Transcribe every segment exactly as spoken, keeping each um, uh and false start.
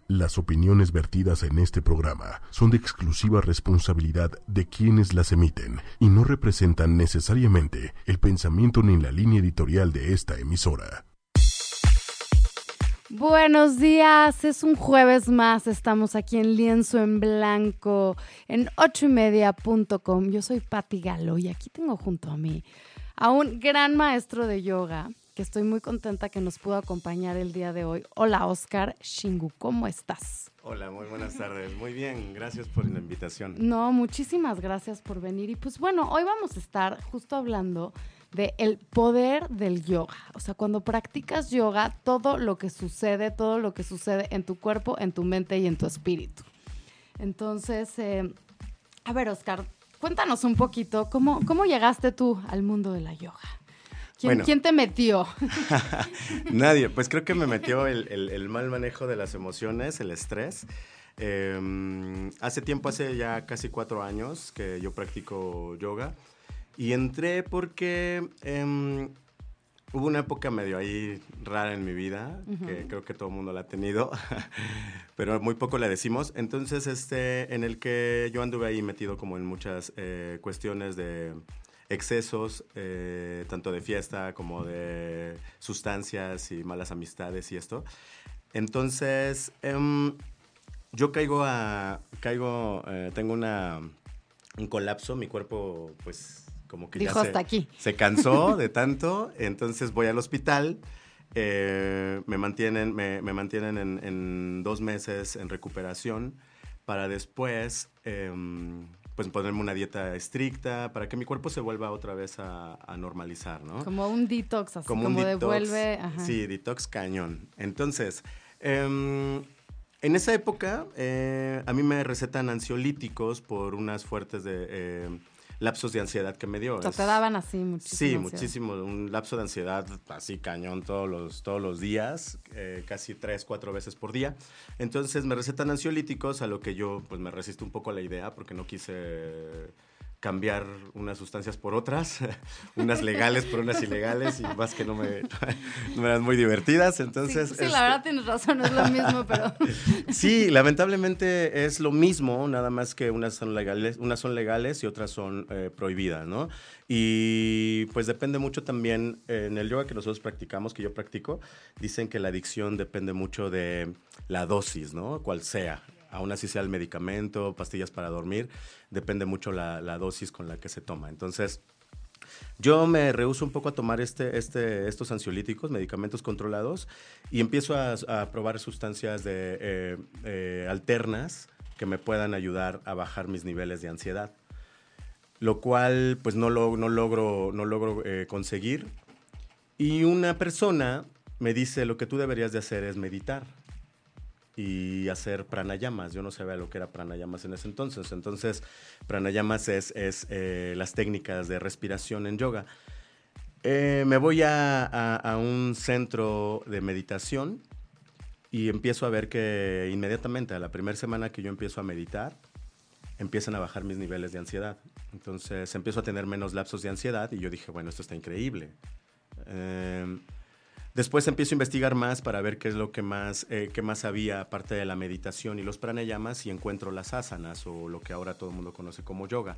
Las opiniones vertidas en este programa son de exclusiva responsabilidad de quienes las emiten y no representan necesariamente el pensamiento ni la línea editorial de esta emisora. Buenos días, es un jueves más, estamos aquí en Lienzo en Blanco, en ocho y media punto com. Yo soy Patti Galo y aquí tengo junto a mí a un gran maestro de yoga que estoy muy contenta que nos pudo acompañar el día de hoy. Hola, Oscar Shingu, ¿cómo estás? Hola, muy buenas tardes. Muy bien, gracias por la invitación. No, muchísimas gracias por venir. Y pues bueno, hoy vamos a estar justo hablando de el poder del yoga. O sea, cuando practicas yoga, todo lo que sucede, todo lo que sucede en tu cuerpo, en tu mente y en tu espíritu. Entonces, eh, a ver, Oscar, cuéntanos un poquito, ¿cómo, cómo llegaste tú al mundo de la yoga? ¿Quién, bueno, ¿quién te metió? Nadie, pues creo que me metió el, el, el mal manejo de las emociones, el estrés. Eh, hace tiempo, hace ya casi cuatro años que yo practico yoga y entré porque eh, hubo una época medio ahí rara en mi vida, uh-huh. que creo que todo el mundo la ha tenido, pero muy poco la decimos. Entonces, este, en el que yo anduve ahí metido como en muchas eh, cuestiones de excesos, eh, tanto de fiesta como de sustancias y malas amistades y esto. Entonces, eh, yo caigo a, caigo, eh, tengo una, un colapso, mi cuerpo pues como que Dijo ya hasta se, aquí. se cansó de tanto, entonces voy al hospital, eh, me mantienen, me, me mantienen en, en dos meses en recuperación para después Eh, pues ponerme una dieta estricta para que mi cuerpo se vuelva otra vez a, a normalizar, ¿no? Como un detox, así como, como un detox, devuelve. Ajá. Sí, detox cañón. Entonces, eh, en esa época, eh, a mí me recetan ansiolíticos por unas fuertes de, eh, lapsos de ansiedad que me dio. O sea, es, te daban así muchísimo. Sí, ansiedad. muchísimo. Un lapso de ansiedad así cañón todos los, todos los días, eh, casi tres, cuatro veces por día. Entonces me recetan ansiolíticos, a lo que yo pues me resisto un poco a la idea porque no quise cambiar unas sustancias por otras, unas legales por unas ilegales y más que no me, no me eran muy divertidas. Entonces, sí, sí este, la verdad tienes razón, es lo mismo, pero... Sí, lamentablemente es lo mismo, nada más que unas son legales, unas son legales y otras son eh, prohibidas, ¿no? Y pues depende mucho también, eh, en el yoga que nosotros practicamos, que yo practico, dicen que la adicción depende mucho de la dosis, ¿no? Cual sea. Aún así sea el medicamento, pastillas para dormir, depende mucho la, la dosis con la que se toma. Entonces, yo me rehúso un poco a tomar este, este, estos ansiolíticos, medicamentos controlados, y empiezo a, a probar sustancias de, eh, eh, alternas que me puedan ayudar a bajar mis niveles de ansiedad. Lo cual, pues, no, lo, no logro, no logro eh, conseguir. Y una persona me dice, lo que tú deberías de hacer es meditar y hacer pranayamas. Yo no sabía lo que era pranayamas en ese entonces. Entonces, pranayamas es, es eh, las técnicas de respiración en yoga. Eh, me voy a, a, a un centro de meditación y empiezo a ver que inmediatamente, a la primera semana que yo empiezo a meditar, empiezan a bajar mis niveles de ansiedad. Entonces, empiezo a tener menos lapsos de ansiedad y yo dije, bueno, esto está increíble. Eh, Después empiezo a investigar más para ver qué es lo que más, eh, qué más había aparte de la meditación y los pranayamas y encuentro las asanas o lo que ahora todo el mundo conoce como yoga.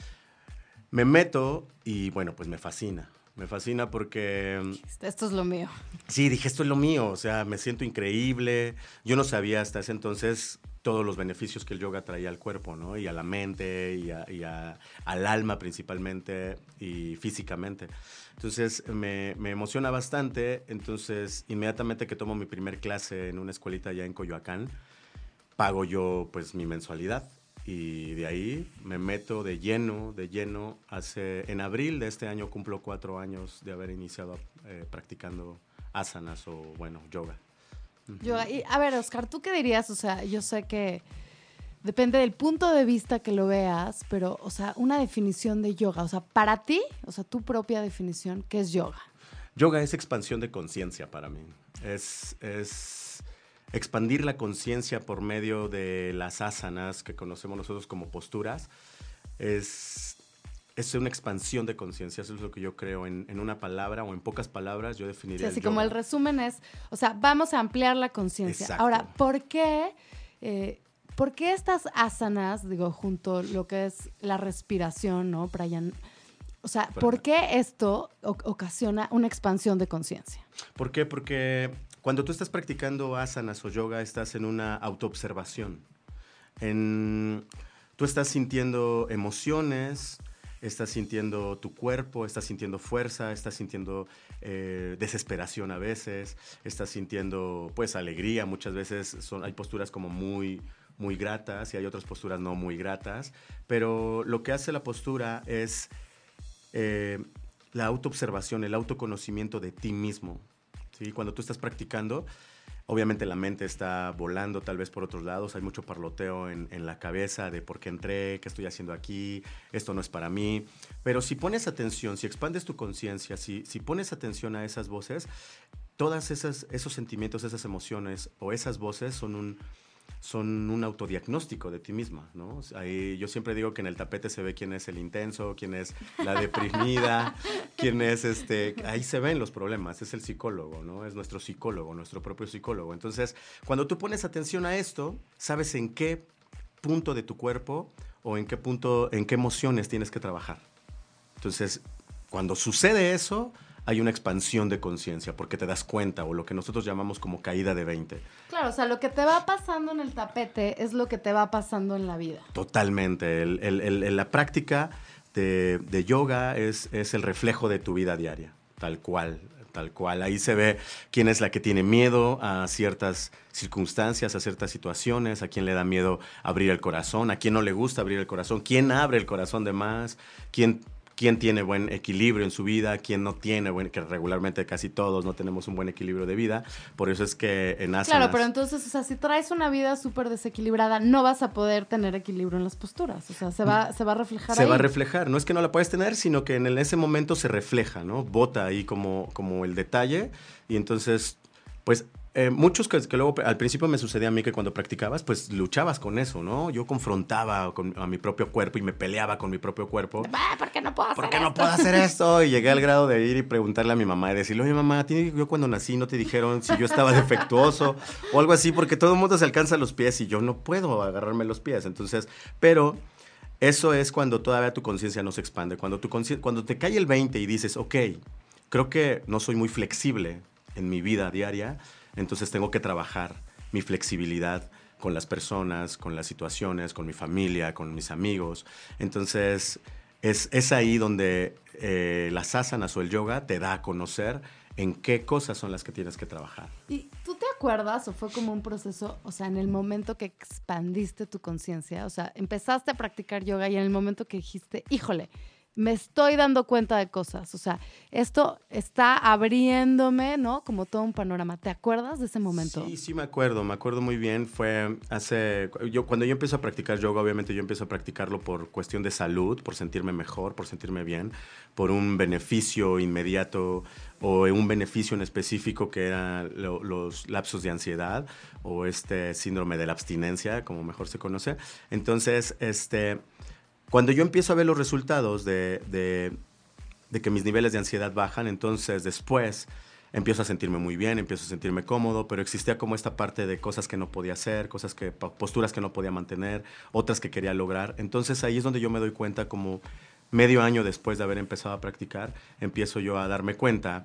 Me meto y bueno, pues me fascina. Me fascina porque... Esto es lo mío. Sí, dije, esto es lo mío, o sea, me siento increíble. Yo no sabía hasta ese entonces todos los beneficios que el yoga traía al cuerpo, ¿no? Y a la mente, y, a, y a, al alma principalmente, y físicamente. Entonces, me, me emociona bastante. Entonces, inmediatamente que tomo mi primer clase en una escuelita allá en Coyoacán, pago yo, pues, mi mensualidad. Y de ahí me meto de lleno, de lleno. Hace, en abril de este año cumplo cuatro años de haber iniciado eh, practicando asanas o, bueno, yoga. Yoga. Y, a ver, Oscar, ¿tú qué dirías? O sea, yo sé que depende del punto de vista que lo veas, pero, o sea, una definición de yoga. O sea, para ti, o sea, tu propia definición, ¿qué es yoga? Yoga es expansión de conciencia para mí. Es... es expandir la conciencia por medio de las asanas que conocemos nosotros como posturas. Es, es una expansión de conciencia, eso es lo que yo creo en, en una palabra o en pocas palabras yo definiría. Sí, así el como yoga. el resumen es, o sea, vamos a ampliar la conciencia. Exacto. Ahora, ¿por qué, eh, ¿por qué estas asanas, digo, junto a lo que es la respiración, ¿no, Brian? O sea, ¿por qué esto o- ocasiona una expansión de conciencia? ¿Por qué? Porque cuando tú estás practicando asanas o yoga, estás en una autoobservación. En, tú estás sintiendo emociones, estás sintiendo tu cuerpo, estás sintiendo fuerza, estás sintiendo eh, desesperación a veces, estás sintiendo pues alegría. Muchas veces son, hay posturas como muy, muy gratas y hay otras posturas no muy gratas, pero lo que hace la postura es eh, la autoobservación, el autoconocimiento de ti mismo. ¿Sí? Cuando tú estás practicando, obviamente la mente está volando tal vez por otros lados, hay mucho parloteo en, en la cabeza de por qué entré, qué estoy haciendo aquí, esto no es para mí. Pero si pones atención, si expandes tu conciencia, si, si pones atención a esas voces, todas esas, esos sentimientos, esas emociones o esas voces son un, son un autodiagnóstico de ti misma, ¿no? Ahí yo siempre digo que en el tapete se ve quién es el intenso, quién es la deprimida, quién es este... Ahí se ven los problemas, es el psicólogo, ¿no? Es nuestro psicólogo, nuestro propio psicólogo. Entonces, cuando tú pones atención a esto, sabes en qué punto de tu cuerpo o en qué punto, en qué emociones tienes que trabajar. Entonces, cuando sucede eso, hay una expansión de conciencia porque te das cuenta, o lo que nosotros llamamos como caída de veinte. Claro, o sea, lo que te va pasando en el tapete es lo que te va pasando en la vida. Totalmente. El, el, el, la práctica de, de yoga es, es el reflejo de tu vida diaria, tal cual, tal cual. Ahí se ve quién es la que tiene miedo a ciertas circunstancias, a ciertas situaciones, a quién le da miedo abrir el corazón, a quién no le gusta abrir el corazón, quién abre el corazón de más, quién... quién tiene buen equilibrio en su vida, quién no tiene, buen, que regularmente casi todos no tenemos un buen equilibrio de vida. Por eso es que en asanas... Claro, pero entonces, o sea, si traes una vida súper desequilibrada, no vas a poder tener equilibrio en las posturas. O sea, se va, se va a reflejar Se ahí. va a reflejar. No es que no la puedas tener, sino que en el- ese momento se refleja, ¿no? Bota ahí como, como el detalle. Y entonces, pues... Eh, muchos que, que luego al principio me sucedía a mí que cuando practicabas, pues luchabas con eso, ¿no? Yo confrontaba con, a mi propio cuerpo y me peleaba con mi propio cuerpo. Ah, ¿por qué no puedo hacer ¿Por qué no esto? puedo hacer esto? Y llegué al grado de ir y preguntarle a mi mamá y decirle, oye, mamá, ¿a ti yo cuando nací no te dijeron si yo estaba defectuoso o algo así? Porque todo el mundo se alcanza los pies y yo no puedo agarrarme los pies. Entonces, pero eso es cuando todavía tu conciencia no se expande. Cuando, tu consci- cuando te cae el veinte y dices, ok, creo que no soy muy flexible en mi vida diaria, entonces tengo que trabajar mi flexibilidad con las personas, con las situaciones, con mi familia, con mis amigos. Entonces, es, es ahí donde eh, las asanas o el yoga te da a conocer en qué cosas son las que tienes que trabajar. ¿Y tú te acuerdas o fue como un proceso, o sea, en el momento que expandiste tu conciencia, o sea, empezaste a practicar yoga y en el momento que dijiste, híjole, me estoy dando cuenta de cosas, o sea, esto está abriéndome, ¿no? Como todo un panorama. ¿Te acuerdas de ese momento? Sí, sí me acuerdo, me acuerdo muy bien. Fue hace, yo cuando yo empiezo a practicar yoga, obviamente yo empiezo a practicarlo por cuestión de salud, por sentirme mejor, por sentirme bien, por un beneficio inmediato o un beneficio en específico que eran lo, los lapsos de ansiedad o este síndrome de la abstinencia, como mejor se conoce. Entonces, este... Cuando yo empiezo a ver los resultados de, de, de que mis niveles de ansiedad bajan, entonces después empiezo a sentirme muy bien, empiezo a sentirme cómodo, pero existía como esta parte de cosas que no podía hacer, cosas que, posturas que no podía mantener, otras que quería lograr. Entonces ahí es donde yo me doy cuenta, como medio año después de haber empezado a practicar, empiezo yo a darme cuenta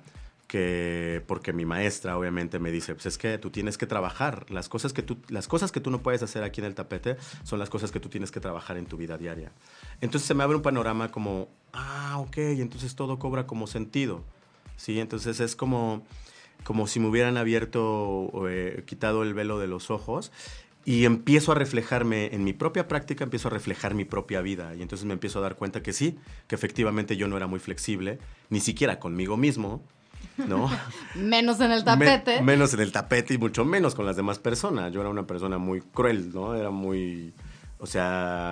que, porque mi maestra obviamente me dice, pues es que tú tienes que trabajar, las cosas que tú, las cosas que tú no puedes hacer aquí en el tapete son las cosas que tú tienes que trabajar en tu vida diaria. Entonces se me abre un panorama como, ah, ok, entonces todo cobra como sentido, ¿sí? Entonces es como, como si me hubieran abierto, eh, quitado el velo de los ojos. Y empiezo a reflejarme en mi propia práctica, empiezo a reflejar mi propia vida. Y entonces me empiezo a dar cuenta que sí, que efectivamente yo no era muy flexible, ni siquiera conmigo mismo, ¿no? Menos en el tapete. Me, menos en el tapete y mucho menos con las demás personas. Yo era una persona muy cruel, ¿no? Era muy, o sea,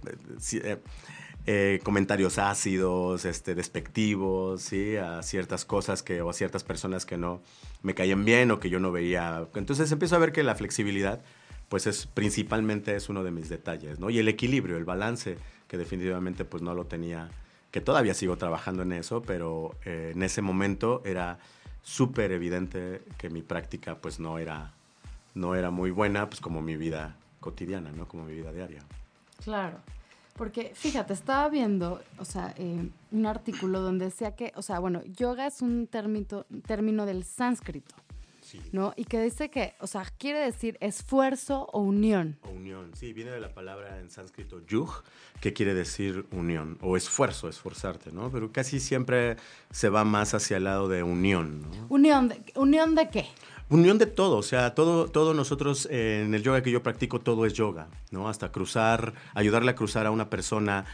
eh, eh, comentarios ácidos, este, despectivos, ¿sí? A ciertas cosas que, o a ciertas personas que no me caían bien o que yo no veía. Entonces empiezo a ver que la flexibilidad, pues es principalmente es uno de mis detalles, ¿no? Y el equilibrio, el balance, que definitivamente pues no lo tenía que todavía sigo trabajando en eso, pero eh, en ese momento era súper evidente que mi práctica pues no era, no era muy buena, pues como mi vida cotidiana, ¿no? Como mi vida diaria. Claro, porque fíjate, estaba viendo, o sea, eh, un artículo donde decía que, o sea, bueno, yoga es un término, término del sánscrito, Sí. ¿no? Y que dice que, o sea, quiere decir esfuerzo o unión. O unión, sí, viene de la palabra en sánscrito yug, que quiere decir unión, o esfuerzo, esforzarte, ¿no? Pero casi siempre se va más hacia el lado de unión, ¿no? ¿Unión de, unión de qué? Unión de todo, o sea, todo, todo nosotros eh, en el yoga que yo practico, todo es yoga, ¿no? Hasta cruzar, ayudarle a cruzar a una persona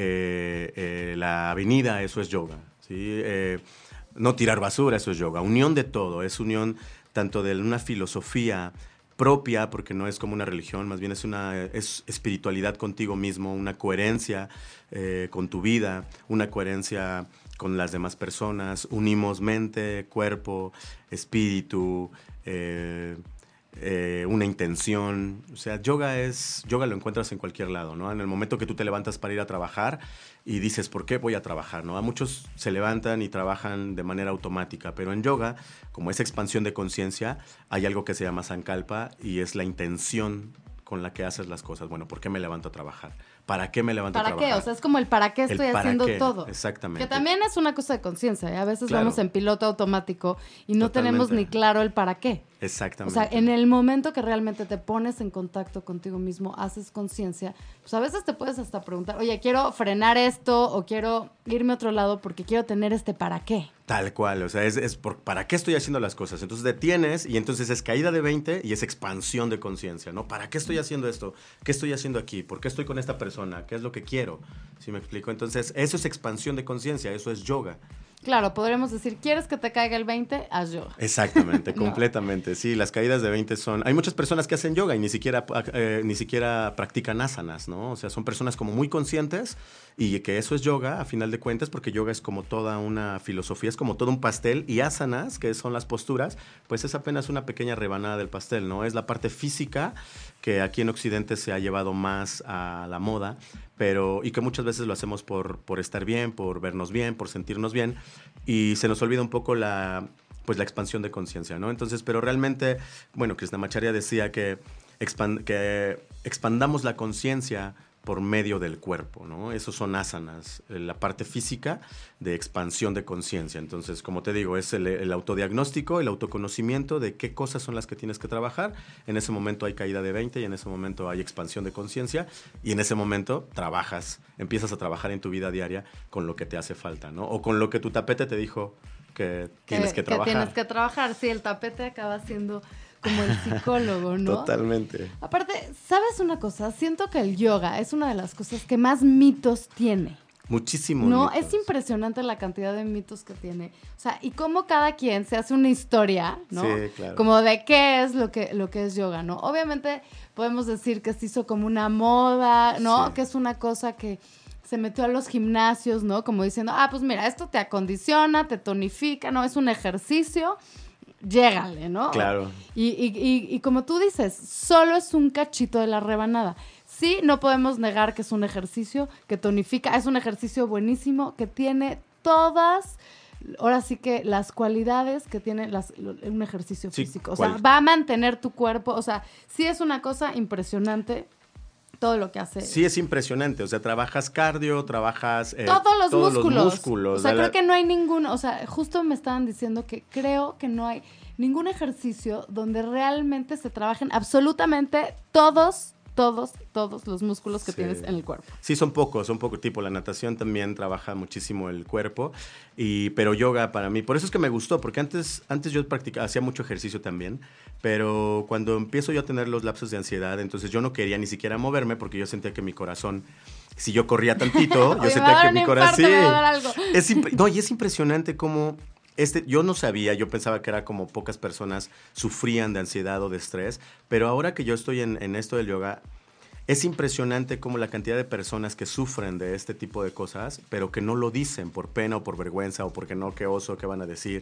eh, eh, la avenida, eso es yoga, ¿sí? Eh, no tirar basura, eso es yoga. Unión de todo, es unión tanto de una filosofía propia, porque no es como una religión, más bien es una es espiritualidad contigo mismo, una coherencia eh, con tu vida, una coherencia con las demás personas, unimos mente, cuerpo, espíritu, eh, eh, una intención. O sea, yoga es, yoga lo encuentras en cualquier lado, ¿no? En el momento que tú te levantas para ir a trabajar y dices, ¿por qué voy a trabajar? ¿No? A muchos se levantan y trabajan de manera automática, pero en yoga, como es expansión de conciencia, hay algo que se llama sankalpa y es la intención con la que haces las cosas. Bueno, ¿por qué me levanto a trabajar? ¿Para qué me levanto a ¿Para trabajar? qué? O sea, es como el para qué El estoy para haciendo qué, todo. exactamente. Que también es una cosa de conciencia, ¿eh? A veces Claro. vamos en piloto automático y no Totalmente. tenemos ni claro el para qué. Exactamente. O sea, en el momento que realmente te pones en contacto contigo mismo, haces conciencia, pues a veces te puedes hasta preguntar, oye, quiero frenar esto o quiero irme a otro lado porque quiero tener este para qué. Tal cual, o sea, es, es por, ¿para qué estoy haciendo las cosas? Entonces detienes y entonces es caída de veinte y es expansión de conciencia, ¿no? ¿Para qué estoy haciendo esto? ¿Qué estoy haciendo aquí? ¿Por qué estoy con esta persona? ¿Qué es lo que quiero? ¿Sí me explico? Entonces, eso es expansión de conciencia, eso es yoga. Claro, podríamos decir, ¿quieres que te caiga el veinte? Haz yoga. Exactamente, No. completamente. Sí, las caídas de veinte son... Hay muchas personas que hacen yoga y ni siquiera, eh, ni siquiera practican asanas, ¿no? O sea, son personas como muy conscientes y que eso es yoga, a final de cuentas, porque yoga es como toda una filosofía, es como todo un pastel, y asanas, que son las posturas, pues es apenas una pequeña rebanada del pastel, ¿no? Es la parte física que aquí en Occidente se ha llevado más a la moda, pero y que muchas veces lo hacemos por, por estar bien, por vernos bien, por sentirnos bien, y se nos olvida un poco la, pues la expansión de conciencia, ¿no? Entonces, pero realmente, bueno, Krishnamacharya decía que, expand, que expandamos la conciencia por medio del cuerpo, ¿no? Esos son asanas, la parte física de expansión de conciencia. Entonces, como te digo, es el, el autodiagnóstico, el autoconocimiento de qué cosas son las que tienes que trabajar. En ese momento hay caída de veinte y en ese momento hay expansión de conciencia y en ese momento trabajas, empiezas a trabajar en tu vida diaria con lo que te hace falta, ¿no? O con lo que tu tapete te dijo que tienes que, que trabajar. Que tienes que trabajar, sí, el tapete acaba siendo como el psicólogo, ¿no? Totalmente. Aparte, ¿sabes una cosa? Siento que el yoga es una de las cosas que más mitos tiene. Muchísimos No, mitos. es impresionante la cantidad de mitos que tiene. O sea, y cómo cada quien se hace una historia, ¿no? Sí, claro. Como de qué es lo que, lo que es yoga, ¿no? Obviamente podemos decir que se hizo como una moda, ¿no? Sí. Que es una cosa que se metió a los gimnasios, ¿no? Como diciendo, ah, pues mira, esto te acondiciona, te tonifica, ¿no? Es un ejercicio, llégale, ¿no? Claro. Y, y, y, y como tú dices, solo es un cachito de la rebanada. Sí, no podemos negar que es un ejercicio que tonifica, es un ejercicio buenísimo, que tiene todas, ahora sí que las cualidades que tiene las, un ejercicio Sí, físico. O ¿cuál? sea, va a mantener tu cuerpo, o sea, sí es una cosa impresionante todo lo que hace. Sí, es impresionante. O sea, trabajas cardio, trabajas... eh, Todos los todos músculos. Los músculos. O sea, Da creo la- que no hay ninguno, o sea, justo me estaban diciendo que creo que no hay ningún ejercicio donde realmente se trabajen absolutamente todos, todos, todos los músculos que Sí. tienes en el cuerpo. Sí, son pocos, son pocos. Tipo, la natación también trabaja muchísimo el cuerpo, y, pero yoga para mí, por eso es que me gustó, porque antes, antes yo practicaba, hacía mucho ejercicio también, pero cuando empiezo yo a tener los lapsos de ansiedad, entonces yo no quería ni siquiera moverme porque yo sentía que mi corazón, si yo corría tantito, yo Oye, me va a sentía dar que un mi infarto, corazón... me va a dar algo. Es impre- no, y es impresionante cómo... Este, yo no sabía, yo pensaba que era como pocas personas sufrían de ansiedad o de estrés, pero ahora que yo estoy en, en esto del yoga, es impresionante cómo la cantidad de personas que sufren de este tipo de cosas, pero que no lo dicen por pena o por vergüenza o porque no, qué oso, qué van a decir.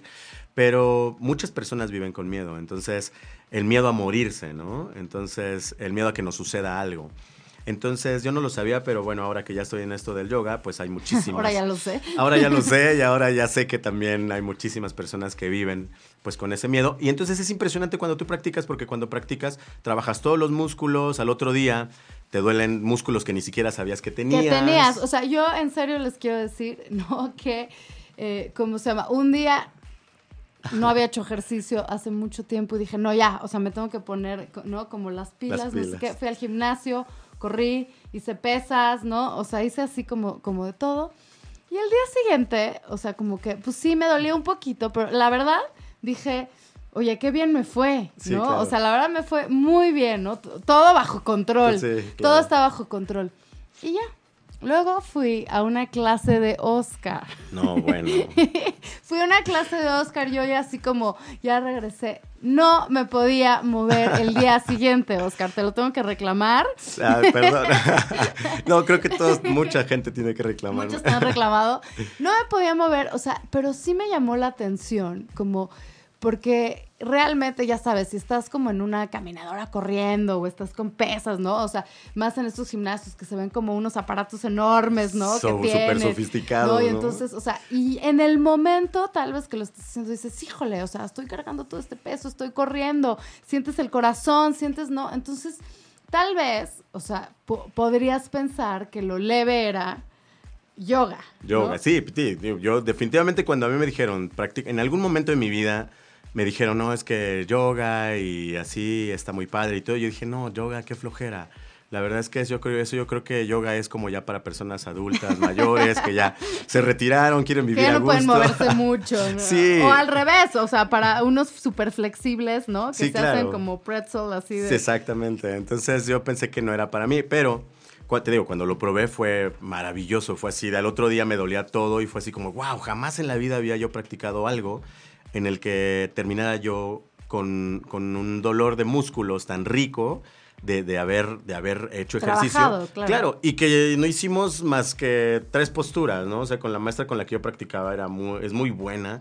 Pero muchas personas viven con miedo. Entonces, el miedo a morirse, ¿no? Entonces, el miedo a que nos suceda algo. Entonces yo no lo sabía, pero bueno, ahora que ya estoy en esto del yoga, pues hay muchísimas. Ahora ya lo sé. Ahora ya lo sé y ahora ya sé que también hay muchísimas personas que viven pues con ese miedo. Y entonces es impresionante cuando tú practicas, porque cuando practicas trabajas todos los músculos, al otro día te duelen músculos que ni siquiera sabías que tenías. Que tenías, o sea, yo en serio les quiero decir, no, que, eh, ¿cómo se llama? Un día no había hecho ejercicio hace mucho tiempo y dije, no, ya, o sea, me tengo que poner, ¿no? Como las pilas, Las pilas. no sé qué. Fui al gimnasio, corrí, hice pesas, ¿no? O sea, hice así como, como de todo. Y el día siguiente, o sea, como que, pues sí, me dolía un poquito, pero la verdad dije, oye, qué bien me fue, ¿no? Sí, claro. O sea, la verdad me fue muy bien, ¿no? Todo bajo control. Sí, claro. Todo está bajo control. Y ya. Luego fui a una clase de Oscar. No, bueno. Fui a una clase de Oscar, yo ya así como, ya regresé. No me podía mover el día siguiente, Oscar, te lo tengo que reclamar. Ah, perdón. No, creo que todos, mucha gente tiene que reclamar. Muchos te han reclamado. No me podía mover, o sea, pero sí me llamó la atención, como, porque realmente, ya sabes, si estás como en una caminadora corriendo o estás con pesas, ¿no? O sea, más en estos gimnasios que se ven como unos aparatos enormes, ¿no? So, que tienen, súper sofisticados, ¿no? Y ¿no? entonces, o sea, y en el momento tal vez que lo estás haciendo dices, híjole, o sea, estoy cargando todo este peso, estoy corriendo, sientes el corazón, sientes, ¿no? Entonces, tal vez, o sea, po- podrías pensar que lo leve era yoga. Yoga, ¿no? sí, sí, yo definitivamente cuando a mí me dijeron, practic- en algún momento de mi vida me dijeron, no, es que yoga y así está muy padre y todo, yo dije, no, yoga, qué flojera. La verdad es que es, yo creo eso, yo creo que yoga es como ya para personas adultas, mayores, que ya se retiraron, quieren Que vivir ya a no pueden gusto. moverse mucho, ¿no? Sí. O al revés, o sea, para unos súper flexibles, ¿no? Que Sí, se claro. hacen como pretzel así de... Sí, exactamente. Entonces yo pensé que no era para mí, pero cu- te digo, cuando lo probé fue maravilloso. Fue así, al otro día me dolía todo y fue así como, wow, jamás en la vida había yo practicado algo en el que terminara yo con, con un dolor de músculos tan rico de, de haber, de haber hecho Trabajado, ejercicio. claro. Claro, y que no hicimos más que tres posturas, ¿no? O sea, con la maestra con la que yo practicaba era muy, es muy buena.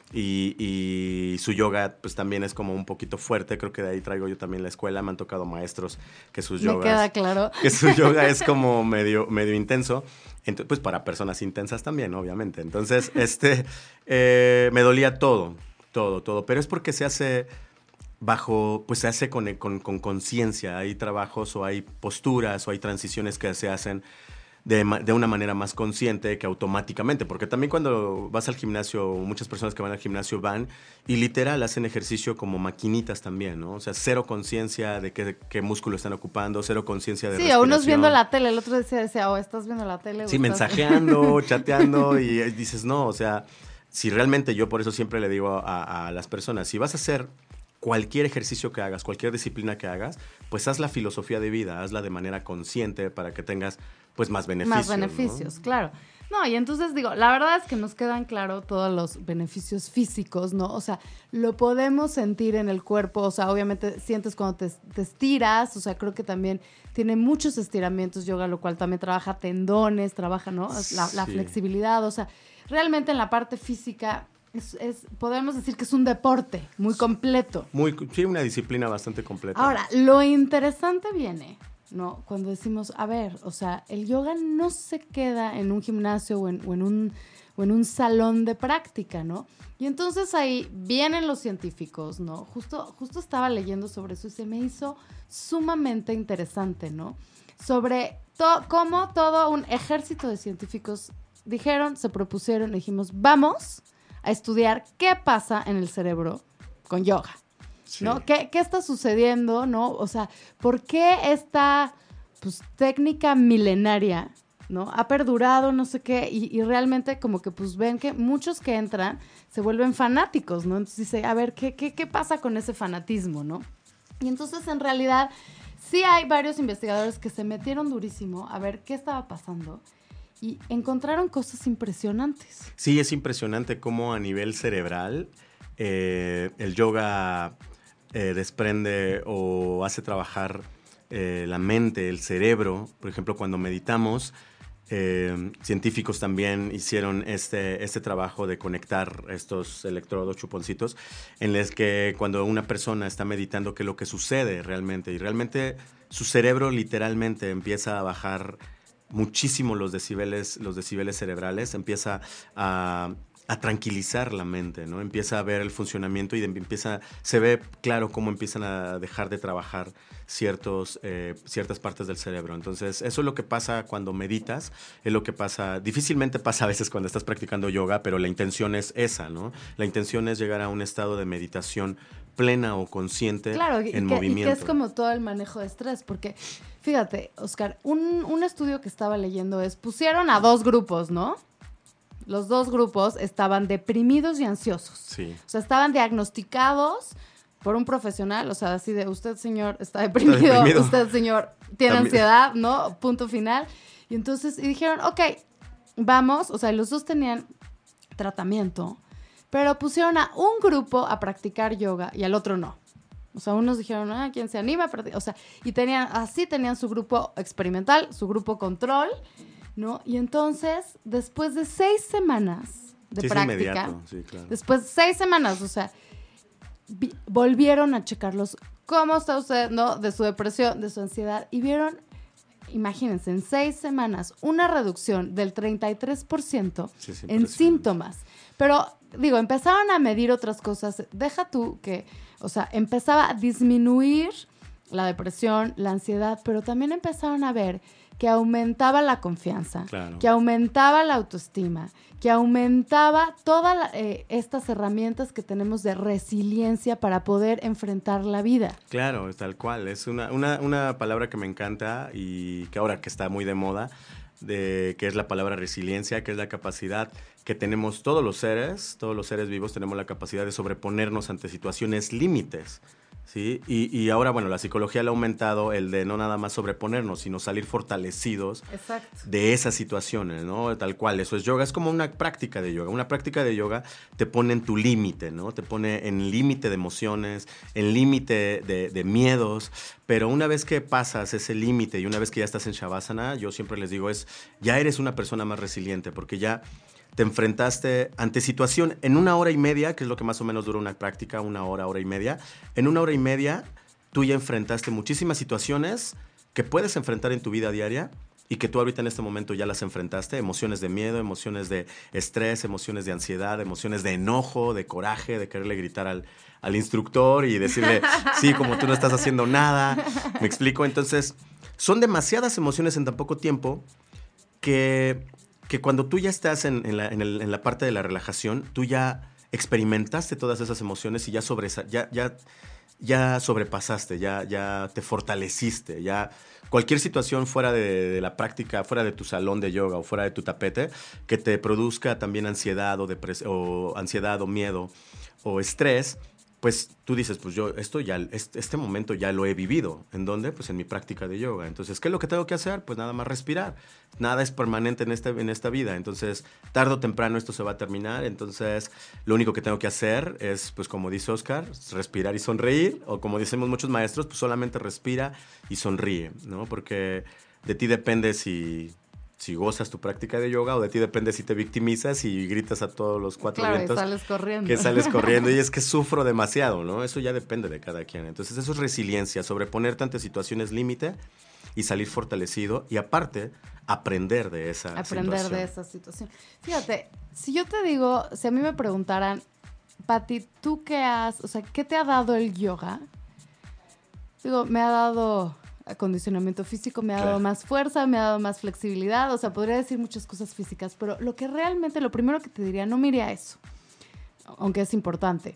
Y, y su yoga pues también es como un poquito fuerte, creo que de ahí traigo yo también la escuela, me han tocado maestros que sus Me yogas, queda claro. que su yoga es como medio, medio intenso, Entonces, pues para personas intensas también, obviamente. Entonces, este, eh, me dolía todo, todo, todo, pero es porque se hace bajo, pues se hace con con, con conciencia, hay trabajos o hay posturas o hay transiciones que se hacen de, de una manera más consciente que automáticamente, porque también cuando vas al gimnasio, muchas personas que van al gimnasio van y literal hacen ejercicio como maquinitas también, ¿no? O sea, cero conciencia de qué, qué músculo están ocupando, cero conciencia de Sí, respiración. a unos viendo la tele, el otro decía, decía, oh, ¿estás viendo la tele? o Sí, estás-" mensajeando, chateando y eh, dices, no, o sea, si realmente yo por eso siempre le digo a, a las personas, si vas a hacer cualquier ejercicio que hagas, cualquier disciplina que hagas, pues haz la filosofía de vida, hazla de manera consciente para que tengas pues más beneficios. Más beneficios, ¿no? claro. No, y entonces digo, la verdad es que nos quedan claro todos los beneficios físicos, ¿no? O sea, lo podemos sentir en el cuerpo, o sea, obviamente sientes cuando te, te estiras, o sea, creo que también tiene muchos estiramientos yoga, lo cual también trabaja tendones, trabaja, ¿no? La, la Sí. flexibilidad, o sea, realmente en la parte física es, es, podemos decir que es un deporte muy completo. Muy, sí, una disciplina bastante completa. Ahora, lo interesante viene, ¿no? Cuando decimos, a ver, o sea, el yoga no se queda en un gimnasio o en, o en, un, o en un salón de práctica, ¿no? Y entonces ahí vienen los científicos, ¿no? Justo, justo estaba leyendo sobre eso y se me hizo sumamente interesante, ¿no? Sobre to- cómo todo un ejército de científicos dijeron, se propusieron, dijimos, vamos a estudiar qué pasa en el cerebro con yoga. Sí. ¿No? ¿Qué, ¿Qué está sucediendo, no? O sea, ¿por qué esta pues, técnica milenaria, ¿no? Ha perdurado, no sé qué, y, y realmente como que pues ven que muchos que entran se vuelven fanáticos, ¿no? Entonces dice, a ver, ¿qué, qué, qué pasa con ese fanatismo, no? Y entonces en realidad sí hay varios investigadores que se metieron durísimo a ver qué estaba pasando y encontraron cosas impresionantes. Sí, es impresionante cómo a nivel cerebral eh, el yoga eh, desprende o hace trabajar eh, la mente, el cerebro. Por ejemplo, cuando meditamos, Eh, científicos también hicieron este, este trabajo de conectar estos electrodos, chuponcitos, en los que cuando una persona está meditando, que lo que sucede realmente, y realmente su cerebro literalmente empieza a bajar muchísimo los decibeles, los decibeles cerebrales, empieza a, a tranquilizar la mente, ¿no? Empieza a ver el funcionamiento y de, empieza, se ve claro cómo empiezan a dejar de trabajar ciertos, eh, ciertas partes del cerebro. Entonces, eso es lo que pasa cuando meditas, es lo que pasa, difícilmente pasa a veces cuando estás practicando yoga, pero la intención es esa, ¿no? La intención es llegar a un estado de meditación plena o consciente, claro, y en que, movimiento. Y que es como todo el manejo de estrés, porque fíjate, Oscar, un, un estudio que estaba leyendo es, pusieron a dos grupos, ¿no? Los dos grupos estaban deprimidos y ansiosos. Sí. O sea, estaban diagnosticados por un profesional, o sea, así de, usted, señor, está deprimido, Está deprimido. usted, señor, tiene También. ansiedad, ¿no? Punto final. Y entonces, y dijeron, ok, vamos, o sea, los dos tenían tratamiento, pero pusieron a un grupo a practicar yoga y al otro no. O sea, unos dijeron, ah, ¿quién se anima? O sea, y tenían, así tenían su grupo experimental, su grupo control, ¿no? Y entonces, después de seis semanas de Sí, práctica, es inmediato, sí, claro. después de seis semanas, o sea, vi, volvieron a checarlos, cómo está usted, ¿no? De su depresión, de su ansiedad, y vieron, imagínense, en seis semanas, una reducción del treinta y tres por ciento Sí, es en síntomas. Pero, digo, empezaron a medir otras cosas. Deja tú que, o sea, empezaba a disminuir la depresión, la ansiedad, pero también empezaron a ver que aumentaba la confianza, Claro. que aumentaba la autoestima, que aumentaba todas la, eh, estas herramientas que tenemos de resiliencia para poder enfrentar la vida. Claro, tal cual. Es una, una, una palabra que me encanta y que ahora que está muy de moda, de, que es la palabra resiliencia, que es la capacidad que tenemos todos los seres, todos los seres vivos tenemos la capacidad de sobreponernos ante situaciones límites. ¿Sí? Y, y ahora, bueno, la psicología le ha aumentado el de no nada más sobreponernos, sino salir fortalecidos Exacto. de esas situaciones, ¿no? Tal cual, eso es yoga, es como una práctica de yoga. Una práctica de yoga te pone en tu límite, ¿no? Te pone en límite de emociones, en límite de, de miedos, pero una vez que pasas ese límite y una vez que ya estás en Shavasana, yo siempre les digo, es ya eres una persona más resiliente, porque ya te enfrentaste ante situación en una hora y media, que es lo que más o menos dura una práctica, una hora, hora y media. En una hora y media, tú ya enfrentaste muchísimas situaciones que puedes enfrentar en tu vida diaria y que tú ahorita en este momento ya las enfrentaste. Emociones de miedo, emociones de estrés, emociones de ansiedad, emociones de enojo, de coraje, de quererle gritar al, al instructor y decirle, sí, como tú no estás haciendo nada. ¿Me explico? Entonces, son demasiadas emociones en tan poco tiempo que... que cuando tú ya estás en, en, la, en, el, en la parte de la relajación, tú ya experimentaste todas esas emociones y ya, sobresa, ya, ya, ya sobrepasaste, ya, ya te fortaleciste, ya cualquier situación fuera de, de la práctica, fuera de tu salón de yoga o fuera de tu tapete, que te produzca también ansiedad o, depres- o ansiedad o miedo o estrés, pues tú dices, pues yo esto ya, este, este momento ya lo he vivido. ¿En dónde? Pues en mi práctica de yoga. Entonces, ¿qué es lo que tengo que hacer? Pues nada más respirar. Nada es permanente en, este, en esta vida. Entonces, tarde o temprano esto se va a terminar. Entonces, lo único que tengo que hacer es, pues como dice Oscar, respirar y sonreír. O como decimos muchos maestros, pues solamente respira y sonríe, ¿no? Porque de ti depende si... si gozas tu práctica de yoga o de ti depende si te victimizas y gritas a todos los cuatro Claro, vientos. y sales corriendo. Que sales corriendo y es que sufro demasiado, ¿no? Eso ya depende de cada quien. Entonces eso es resiliencia, sobreponerte ante situaciones límite y salir fortalecido y aparte aprender de esa aprender situación. de esa situación. Fíjate, si yo te digo, si a mí me preguntaran, Pati, ¿tú qué has, o sea, qué te ha dado el yoga? Digo, me ha dado acondicionamiento físico, me ha Claro. dado más fuerza, me ha dado más flexibilidad, o sea, podría decir muchas cosas físicas, pero lo que realmente, lo primero que te diría, no mire a eso, aunque es importante.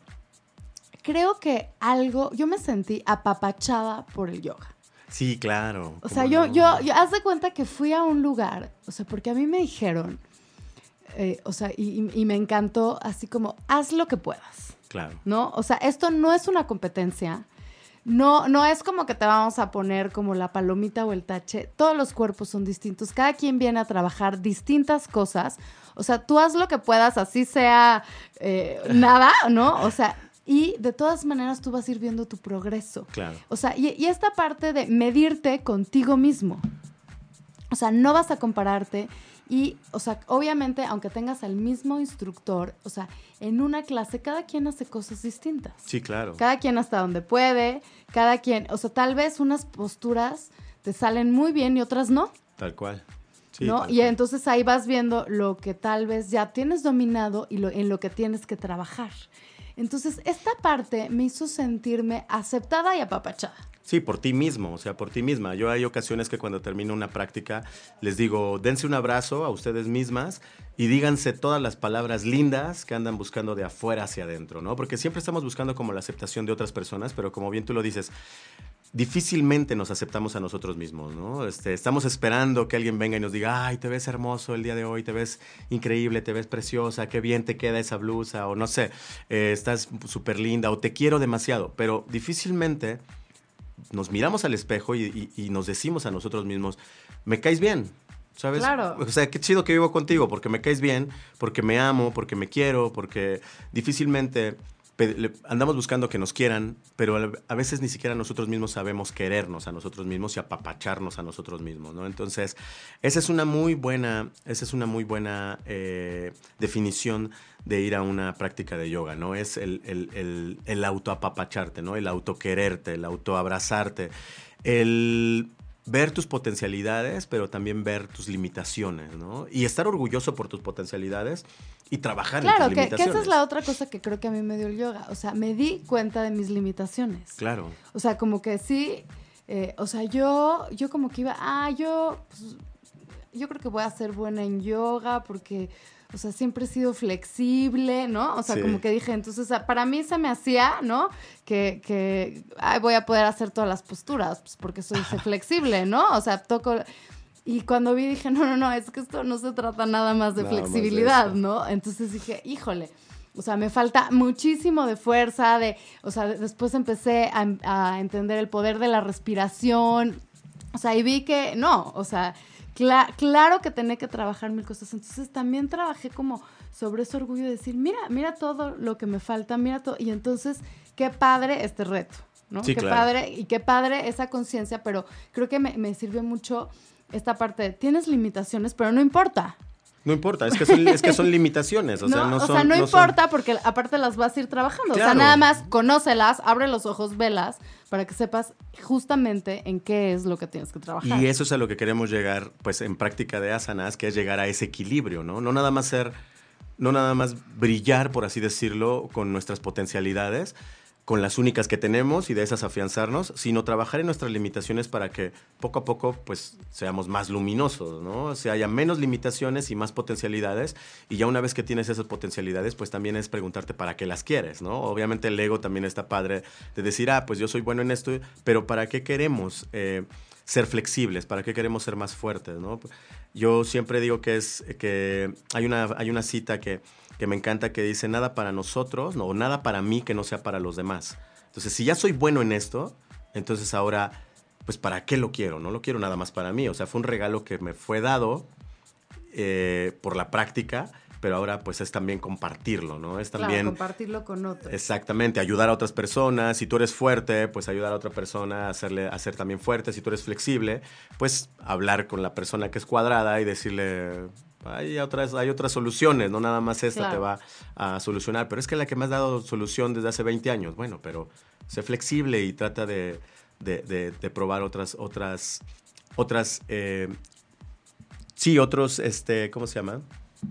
Creo que algo, yo me sentí apapachada por el yoga. Sí, claro. O sea, ¿cómo yo, no? yo, yo, haz de cuenta que fui a un lugar, o sea, porque a mí me dijeron, eh, o sea, y, y me encantó, así como, haz lo que puedas, Claro. ¿no? O sea, esto no es una competencia, no, no es como que te vamos a poner como la palomita o el tache, todos los cuerpos son distintos, cada quien viene a trabajar distintas cosas, o sea, tú haz lo que puedas, así sea eh, nada, ¿no? O sea, y de todas maneras tú vas a ir viendo tu progreso. Claro. O sea, y, y esta parte de medirte contigo mismo. O sea, no vas a compararte y, o sea, obviamente, aunque tengas al mismo instructor, o sea, en una clase cada quien hace cosas distintas. Sí, claro. Cada quien hasta donde puede, cada quien, o sea, tal vez unas posturas te salen muy bien y otras no. Tal cual. Sí, ¿no? tal Y cual. entonces ahí vas viendo lo que tal vez ya tienes dominado y lo, en lo que tienes que trabajar. Entonces, esta parte me hizo sentirme aceptada y apapachada. Sí, por ti mismo, o sea, por ti misma. Yo hay ocasiones que cuando termino una práctica les digo, dense un abrazo a ustedes mismas y díganse todas las palabras lindas que andan buscando de afuera hacia adentro, ¿no? Porque siempre estamos buscando como la aceptación de otras personas, pero como bien tú lo dices, difícilmente nos aceptamos a nosotros mismos, ¿no? Este, estamos esperando que alguien venga y nos diga, ay, te ves hermoso el día de hoy, te ves increíble, te ves preciosa, qué bien te queda esa blusa, o no sé, eh, estás súper linda, o te quiero demasiado, pero difícilmente nos miramos al espejo y, y, y nos decimos a nosotros mismos, me caes bien, ¿sabes? Claro. O sea, qué chido que vivo contigo, porque me caes bien, porque me amo, porque me quiero, porque difícilmente andamos buscando que nos quieran, pero a veces ni siquiera nosotros mismos sabemos querernos a nosotros mismos y apapacharnos a nosotros mismos, ¿no? Entonces, esa es una muy buena, esa es una muy buena eh, definición de ir a una práctica de yoga, ¿no? Es el, el, el, el autoapapacharte, ¿no? El autoquererte, el autoabrazarte, el ver tus potencialidades, pero también ver tus limitaciones, ¿no? Y estar orgulloso por tus potencialidades y trabajar claro, en tus que, limitaciones. Claro, que esa es la otra cosa que creo que a mí me dio el yoga. O sea, me di cuenta de mis limitaciones. Claro. O sea, como que sí, eh, o sea, yo, yo como que iba, ah, yo, pues, yo creo que voy a ser buena en yoga porque, o sea, siempre he sido flexible, ¿no? O sea, sí. Como que dije, entonces, para mí se me hacía, ¿no? Que, que ay, voy a poder hacer todas las posturas, pues porque soy flexible, ¿no? O sea, toco... Y cuando vi dije, no, no, no, es que esto no se trata nada más de nada flexibilidad, más de ¿no? Entonces dije, híjole, o sea, me falta muchísimo de fuerza, de, o sea, después empecé a, a entender el poder de la respiración, o sea, y vi que no, o sea, cl- claro que tenía que trabajar mil cosas. Entonces también trabajé como sobre ese orgullo de decir, mira, mira todo lo que me falta, mira todo, y entonces, qué padre este reto, ¿no? Sí, qué claro. padre, y qué padre esa conciencia, pero creo que me, me sirvió mucho esta parte de, tienes limitaciones, pero no importa. No importa, es que son, es que son limitaciones, o no, sea, no o son... O sea, no, no importa son... porque aparte las vas a ir trabajando. Claro. O sea, nada más conócelas, abre los ojos, velas, para que sepas justamente en qué es lo que tienes que trabajar. Y eso es a lo que queremos llegar, pues, en práctica de asanas, que es llegar a ese equilibrio, ¿no? No nada más ser, no nada más brillar, por así decirlo, con nuestras potencialidades, con las únicas que tenemos y de esas afianzarnos, sino trabajar en nuestras limitaciones para que poco a poco pues seamos más luminosos, ¿no? O sea, haya menos limitaciones y más potencialidades, y ya una vez que tienes esas potencialidades, pues también es preguntarte para qué las quieres, ¿no? Obviamente el ego también está padre de decir, ah, pues yo soy bueno en esto, pero ¿para qué queremos eh, ser flexibles? ¿Para qué queremos ser más fuertes, ¿no? Yo siempre digo que es que hay una, hay una cita que que me encanta, que dice, nada para nosotros, no, o nada para mí que no sea para los demás. Entonces, si ya soy bueno en esto, entonces ahora, pues, ¿para qué lo quiero? No lo quiero nada más para mí. O sea, fue un regalo que me fue dado eh, por la práctica, pero ahora, pues, es también compartirlo, ¿no? Es también... Claro, compartirlo con otros. Exactamente, ayudar a otras personas. Si tú eres fuerte, pues, ayudar a otra persona a, hacerle, a ser también fuerte. Si tú eres flexible, pues, hablar con la persona que es cuadrada y decirle... Hay otras, hay otras soluciones, no nada más esta claro. te va a solucionar, pero es que la que me has dado solución desde hace veinte años, bueno, pero sé flexible y trata de, de, de, de probar otras, otras, otras, eh, sí, otros, este, ¿cómo se llama?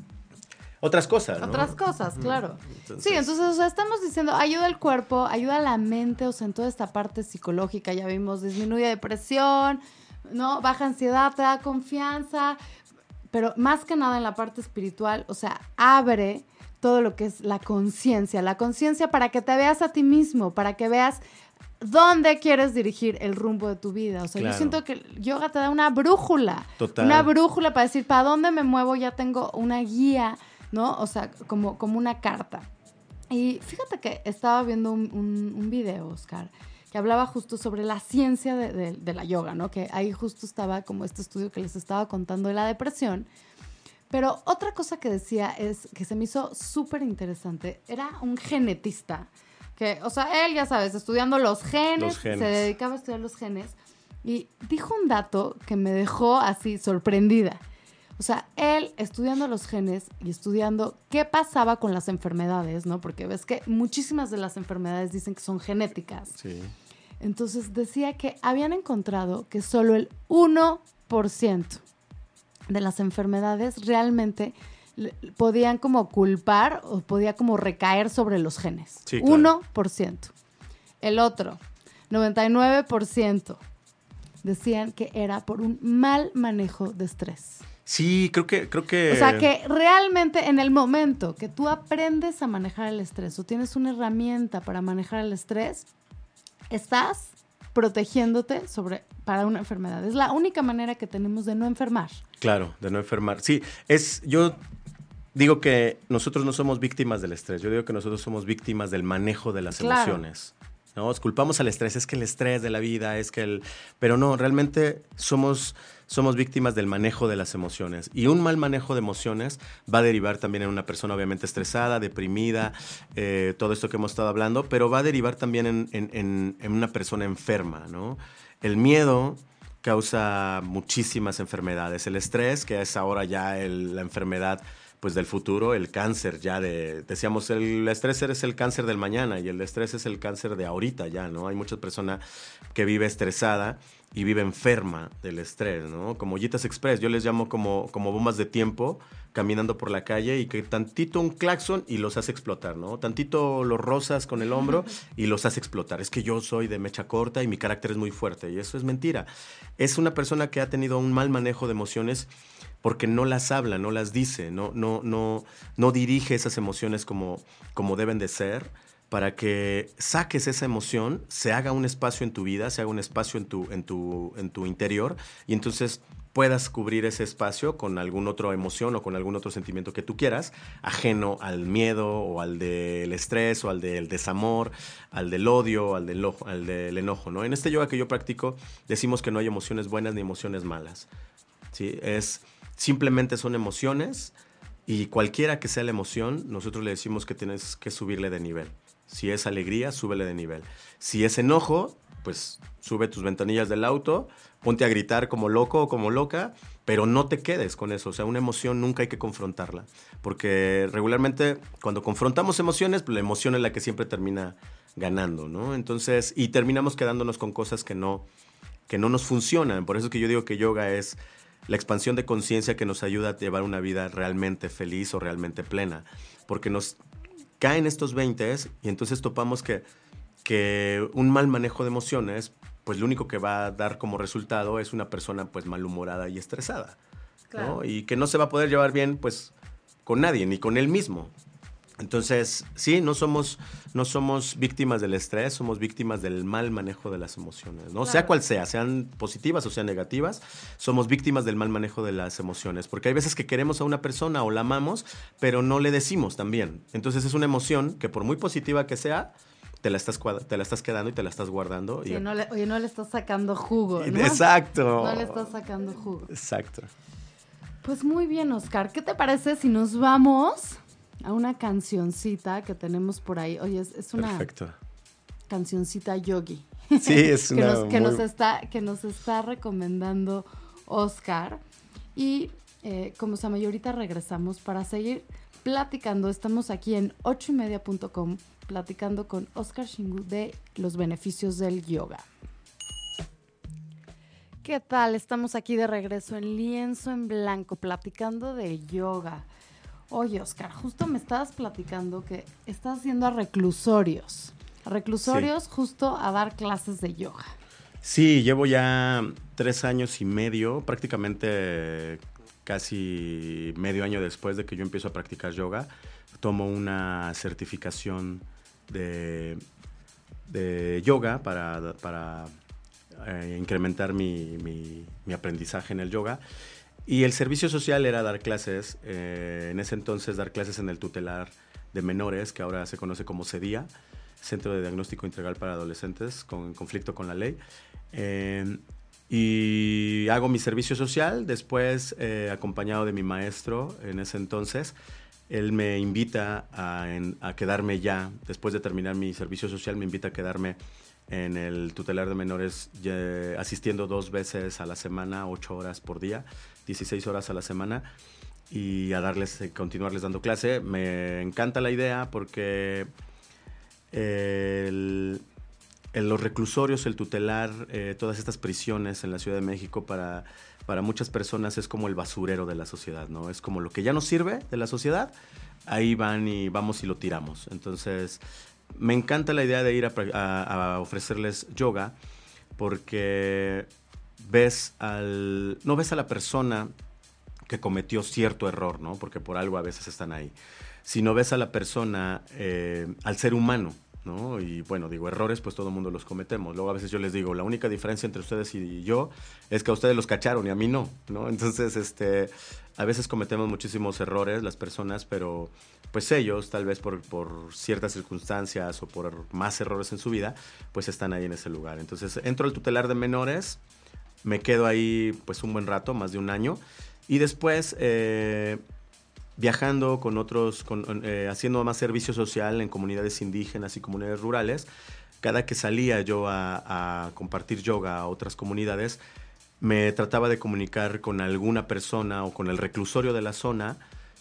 Otras cosas, ¿no? Otras cosas, claro. Entonces, sí, entonces, o sea, estamos diciendo, ayuda al cuerpo, ayuda a la mente, o sea, en toda esta parte psicológica, ya vimos, disminuye depresión, ¿no? Baja ansiedad, te da confianza. Pero más que nada en la parte espiritual, o sea, abre todo lo que es la conciencia. La conciencia para que te veas a ti mismo, para que veas dónde quieres dirigir el rumbo de tu vida. O sea, claro. Yo siento que el yoga te da una brújula. Total. Una brújula para decir, ¿para dónde me muevo? Ya tengo una guía, ¿no? O sea, como, como una carta. Y fíjate que estaba viendo un, un, un video, Oscar, que hablaba justo sobre la ciencia de, de, de la yoga, ¿no? Que ahí justo estaba como este estudio que les estaba contando de la depresión. Pero otra cosa que decía es que se me hizo súper interesante. Era un genetista que, o sea, él, ya sabes, estudiando los genes, los genes, se dedicaba a estudiar los genes. Y dijo un dato que me dejó así sorprendida. O sea, él estudiando los genes y estudiando qué pasaba con las enfermedades, ¿no? Porque ves que muchísimas de las enfermedades dicen que son genéticas. Sí. Entonces decía que habían encontrado que solo el uno por ciento de las enfermedades realmente podían como culpar o podía como recaer sobre los genes. Sí, claro. uno por ciento. El otro, noventa y nueve por ciento, decían que era por un mal manejo de estrés. Sí, creo que, creo que... O sea, que realmente en el momento que tú aprendes a manejar el estrés o tienes una herramienta para manejar el estrés, estás protegiéndote sobre, para una enfermedad. Es la única manera que tenemos de no enfermar. Claro, de no enfermar. Sí, es... Yo digo que nosotros no somos víctimas del estrés. Yo digo que nosotros somos víctimas del manejo de las Claro. emociones. ¿No? Nos culpamos al estrés, es que el estrés de la vida, es que el... Pero no, realmente somos, somos víctimas del manejo de las emociones. Y un mal manejo de emociones va a derivar también en una persona obviamente estresada, deprimida, eh, todo esto que hemos estado hablando, pero va a derivar también en, en, en, en una persona enferma, ¿no? El miedo causa muchísimas enfermedades. El estrés, que es ahora ya el, la enfermedad pues del futuro, el cáncer ya de, decíamos, el estrés es el cáncer del mañana y el estrés es el cáncer de ahorita ya, ¿no? Hay muchas personas que vive estresada y vive enferma del estrés, ¿no? Como ollitas express, yo les llamo como, como bombas de tiempo caminando por la calle y que tantito un claxon y los hace explotar, ¿no? Tantito los rozas con el hombro y los hace explotar. Es que yo soy de mecha corta y mi carácter es muy fuerte y eso es mentira. Es una persona que ha tenido un mal manejo de emociones porque no las habla, no las dice, no, no, no, no dirige esas emociones como, como deben de ser, para que saques esa emoción, se haga un espacio en tu vida, se haga un espacio en tu, en tu, en tu interior, y entonces puedas cubrir ese espacio con alguna otra emoción o con algún otro sentimiento que tú quieras, ajeno al miedo o al del estrés o al del desamor, al del odio, al del, ojo, al del enojo, ¿no? En este yoga que yo practico decimos que no hay emociones buenas ni emociones malas, ¿sí? Es... Simplemente son emociones y cualquiera que sea la emoción, nosotros le decimos que tienes que subirle de nivel. Si es alegría, súbele de nivel. Si es enojo, pues sube tus ventanillas del auto, ponte a gritar como loco o como loca, pero no te quedes con eso. O sea, una emoción nunca hay que confrontarla. Porque regularmente cuando confrontamos emociones, pues la emoción es la que siempre termina ganando, ¿no? Entonces, y terminamos quedándonos con cosas que no, que no nos funcionan. Por eso es que yo digo que yoga es la expansión de conciencia que nos ayuda a llevar una vida realmente feliz o realmente plena. Porque nos caen estos veintes y entonces topamos que, que un mal manejo de emociones, pues lo único que va a dar como resultado es una persona pues malhumorada y estresada. Claro. ¿No? Y que no se va a poder llevar bien pues con nadie, ni con él mismo. Entonces, sí, no somos, no somos víctimas del estrés, somos víctimas del mal manejo de las emociones, ¿no? Claro. Sea cual sea, sean positivas o sean negativas, somos víctimas del mal manejo de las emociones. Porque hay veces que queremos a una persona o la amamos, pero no le decimos también. Entonces es una emoción que por muy positiva que sea, te la estás, te la estás quedando y te la estás guardando. Sí, y... no le, oye, no le estás sacando jugo, ¿no? Exacto. No le estás sacando jugo. Exacto. Pues muy bien, Oscar. ¿Qué te parece si nos vamos a una cancioncita que tenemos por ahí? Oye, es, es una Perfecto. cancioncita yogi. Sí, es que, una nos, que, muy... nos está, que nos está recomendando Oscar. Y eh, como se llama, y ahorita regresamos para seguir platicando. Estamos aquí en ocho y media punto com platicando con Oscar Shingu de los beneficios del yoga. ¿Qué tal? Estamos aquí de regreso en Lienzo en Blanco platicando de yoga. Oye, Oscar, justo me estabas platicando que estás yendo a reclusorios. A reclusorios, sí. Justo a dar clases de yoga. Sí, llevo ya tres años y medio, prácticamente casi medio año después de que yo empiezo a practicar yoga. Tomo una certificación de, de yoga para, para eh, incrementar mi, mi, mi aprendizaje en el yoga. Y el servicio social era dar clases, eh, en ese entonces dar clases en el tutelar de menores, que ahora se conoce como CEDIA, Centro de Diagnóstico Integral para Adolescentes con conflicto con la ley. Eh, y hago mi servicio social, después eh, acompañado de mi maestro en ese entonces. Él me invita a, en, a quedarme ya, después de terminar mi servicio social, me invita a quedarme en el tutelar de menores, ya, asistiendo dos veces a la semana, ocho horas por día, dieciséis horas a la semana, y a darles, eh, continuarles dando clase. Me encanta la idea porque el, en los reclusorios, el tutelar, eh, todas estas prisiones en la Ciudad de México, para, para muchas personas es como el basurero de la sociedad, ¿no? Es como lo que ya no sirve de la sociedad, ahí van y vamos y lo tiramos. Entonces, me encanta la idea de ir a, a, a ofrecerles yoga, porque ves al, no ves a la persona que cometió cierto error, ¿no? Porque por algo a veces están ahí. Sino ves a la persona, eh, al ser humano, ¿no? Y bueno, digo, errores pues todo el mundo los cometemos. Luego a veces yo les digo, la única diferencia entre ustedes y yo es que a ustedes los cacharon y a mí no, ¿no? Entonces, este, a veces cometemos muchísimos errores las personas, pero pues ellos, tal vez por, por ciertas circunstancias o por más errores en su vida, pues están ahí en ese lugar. Entonces, entro al tutelar de menores, me quedo ahí pues un buen rato, más de un año, y después... Eh, viajando con otros, con, eh, haciendo más servicio social en comunidades indígenas y comunidades rurales. Cada que salía yo a, a compartir yoga a otras comunidades, me trataba de comunicar con alguna persona o con el reclusorio de la zona,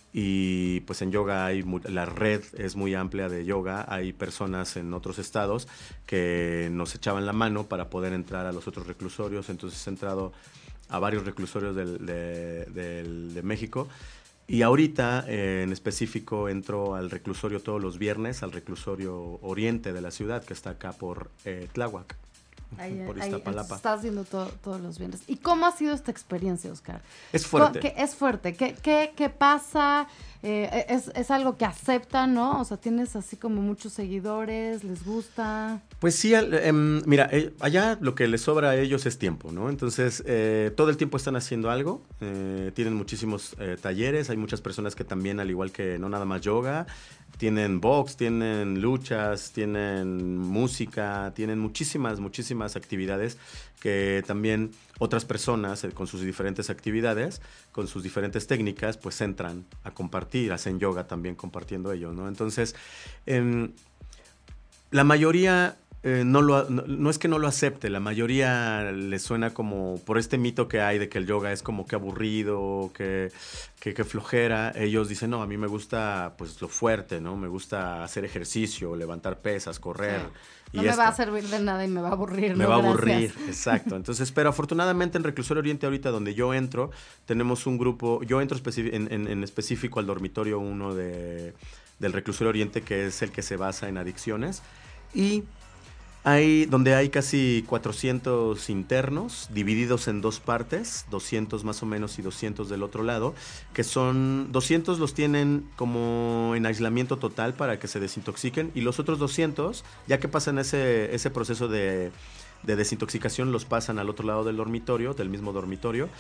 y pues en yoga hay, la red es muy amplia de yoga, hay personas en otros estados que nos echaban la mano para poder entrar a los otros reclusorios. Entonces he entrado a varios reclusorios del, de, del, de México. Y ahorita, eh, en específico, entro al reclusorio todos los viernes, al reclusorio oriente de la ciudad, que está acá por eh, Tláhuac, ahí, por Ahí Iztapalapa. estás haciendo todo, todos los viernes. ¿Y cómo ha sido esta experiencia, Oscar? Es fuerte. ¿Qué, es fuerte? ¿Qué, qué, qué pasa? Eh, es, es algo que aceptan, ¿no? O sea, tienes así como muchos seguidores, ¿les gusta? Pues sí, eh, mira, eh, allá lo que les sobra a ellos es tiempo, ¿no? Entonces, eh, todo el tiempo están haciendo algo, eh, tienen muchísimos eh, talleres, hay muchas personas que también, al igual que no nada más yoga, tienen box, tienen luchas, tienen música, tienen muchísimas, muchísimas actividades que también otras personas eh, con sus diferentes actividades, con sus diferentes técnicas, pues entran a compartir, hacen yoga también compartiendo ello, ¿no? Entonces, eh, la mayoría eh, no, lo, no, no es que no lo acepte, la mayoría le suena como, por este mito que hay de que el yoga es como que aburrido, que, que, que flojera. Ellos dicen, no, a mí me gusta pues lo fuerte, ¿no? Me gusta hacer ejercicio, levantar pesas, correr. Sí. Y no me esto. va a servir de nada y me va a aburrir. Me no, va a gracias. aburrir, exacto. Entonces, pero afortunadamente en Reclusorio Oriente ahorita donde yo entro, tenemos un grupo, yo entro en, en, en específico al dormitorio uno de, del Reclusorio Oriente, que es el que se basa en adicciones. Y hay, donde hay casi cuatrocientos internos divididos en dos partes, doscientos más o menos y doscientos del otro lado, que son, doscientos los tienen como en aislamiento total para que se desintoxiquen, y los otros doscientos, ya que pasan ese, ese proceso de, de desintoxicación, los pasan al otro lado del dormitorio, del mismo dormitorio,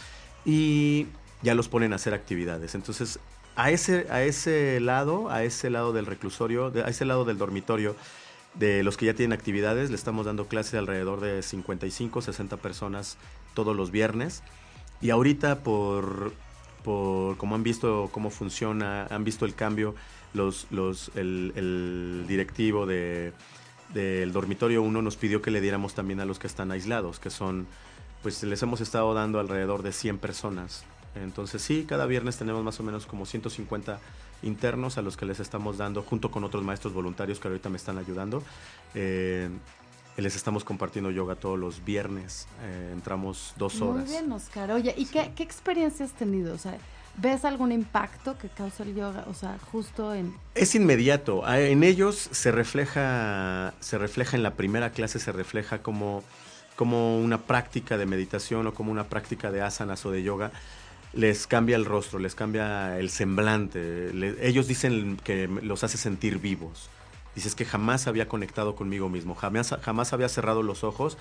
y ya los ponen a hacer actividades. Entonces, a ese, a ese lado, a ese lado del reclusorio, a ese lado del dormitorio, de los que ya tienen actividades, le estamos dando clases alrededor de cincuenta y cinco, sesenta personas todos los viernes. Y ahorita, por, por como han visto cómo funciona, han visto el cambio, los, los, el, el directivo de, del dormitorio uno nos pidió que le diéramos también a los que están aislados, que son, pues les hemos estado dando alrededor de cien personas. Entonces sí, cada viernes tenemos más o menos como ciento cincuenta internos a los que les estamos dando, junto con otros maestros voluntarios que ahorita me están ayudando. Eh, les estamos compartiendo yoga todos los viernes. Eh, entramos dos horas. Muy bien, Oscar. Oye, ¿y sí. qué, qué experiencia has tenido? O sea, ¿ves algún impacto que causa el yoga? O sea, justo en... Es inmediato. En ellos se refleja, se refleja en la primera clase, se refleja como, como una práctica de meditación o como una práctica de asanas o de yoga. Les cambia el rostro, les cambia el semblante. Le, ellos dicen que los hace sentir vivos. Dices que jamás había conectado conmigo mismo, jamás, jamás había cerrado los ojos